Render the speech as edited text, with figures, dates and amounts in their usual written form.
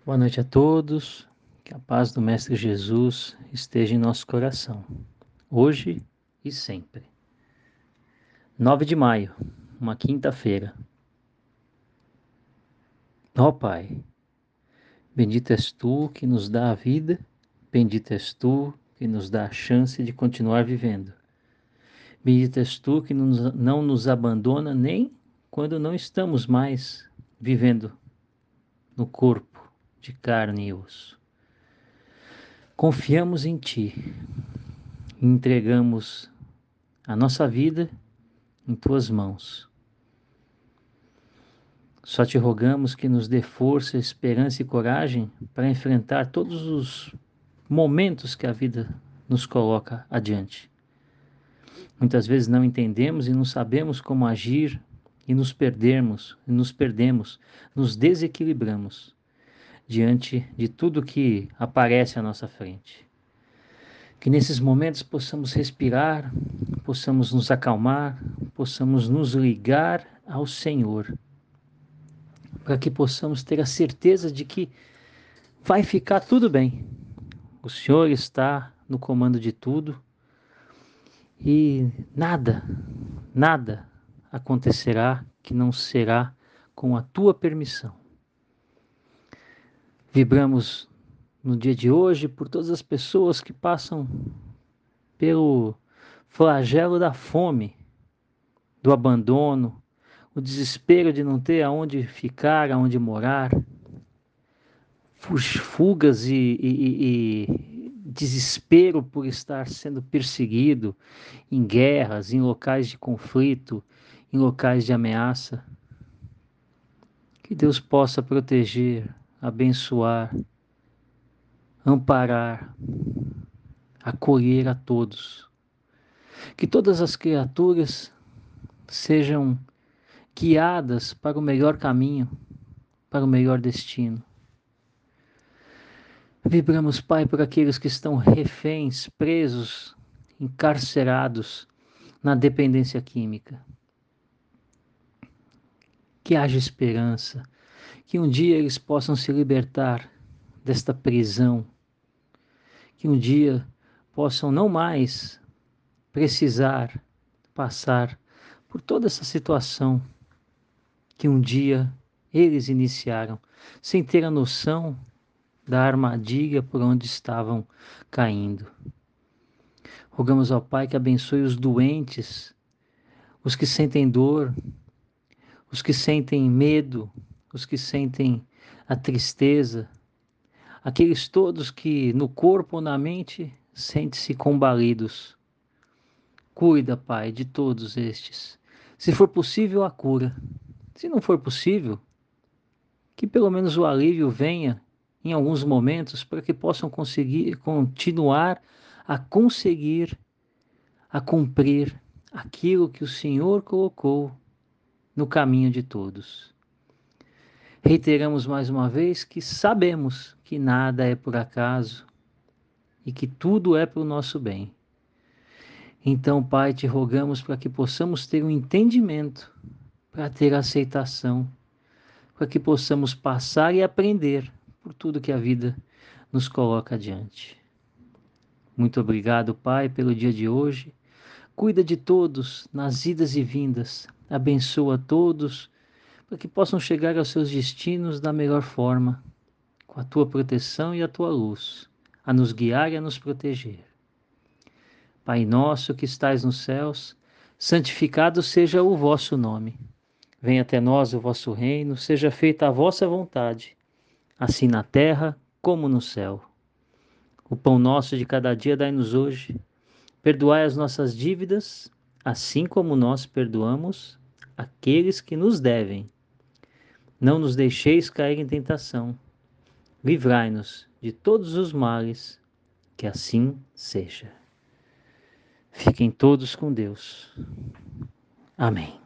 Boa noite a todos, que a paz do Mestre Jesus esteja em nosso coração, hoje e sempre. 9 de maio, uma quinta-feira. Ó Pai, bendito és Tu que nos dá a vida, bendito és Tu que nos dá a chance de continuar vivendo. Bendito és Tu que não nos abandona nem quando não estamos mais vivendo no corpo de carne e osso. Confiamos em Ti e entregamos a nossa vida em Tuas mãos. Só te rogamos que nos dê força, esperança e coragem para enfrentar todos os momentos que a vida nos coloca adiante. Muitas vezes não entendemos e não sabemos como agir e nos perdemos, nos desequilibramos diante de tudo que aparece à nossa frente. Que nesses momentos possamos respirar, possamos nos acalmar, possamos nos ligar ao Senhor, para que possamos ter a certeza de que vai ficar tudo bem. O Senhor está no comando de tudo e nada acontecerá que não será com a tua permissão. Vibramos no dia de hoje por todas as pessoas que passam pelo flagelo da fome, do abandono, o desespero de não ter aonde ficar, aonde morar, fugas e desespero por estar sendo perseguido em guerras, em locais de conflito, em locais de ameaça. Que Deus possa proteger, abençoar, amparar, acolher a todos. Que todas as criaturas sejam guiadas para o melhor caminho, para o melhor destino. Vibramos, Pai, por aqueles que estão reféns, presos, encarcerados na dependência química. Que haja esperança, que um dia eles possam se libertar desta prisão, que um dia possam não mais precisar passar por toda essa situação que um dia eles iniciaram, sem ter a noção da armadilha por onde estavam caindo. Rogamos ao Pai que abençoe os doentes, os que sentem dor, os que sentem medo, os que sentem a tristeza, aqueles todos que no corpo ou na mente sentem-se combalidos. Cuida, Pai, de todos estes. Se for possível, a cura. Se não for possível, que pelo menos o alívio venha em alguns momentos para que possam continuar a conseguir, a cumprir aquilo que o Senhor colocou no caminho de todos. Reiteramos mais uma vez que sabemos que nada é por acaso e que tudo é para o nosso bem. Então, Pai, te rogamos para que possamos ter um entendimento, para ter aceitação, para que possamos passar e aprender por tudo que a vida nos coloca adiante. Muito obrigado, Pai, pelo dia de hoje. Cuida de todos nas idas e vindas. Abençoa todos para que possam chegar aos seus destinos da melhor forma, com a tua proteção e a tua luz, a nos guiar e a nos proteger. Pai nosso que estais nos céus, santificado seja o vosso nome. Venha até nós o vosso reino, seja feita a vossa vontade, assim na terra como no céu. O pão nosso de cada dia dai-nos hoje. Perdoai as nossas dívidas, assim como nós perdoamos aqueles que nos devem. Não nos deixeis cair em tentação. Livrai-nos de todos os males, que assim seja. Fiquem todos com Deus. Amém.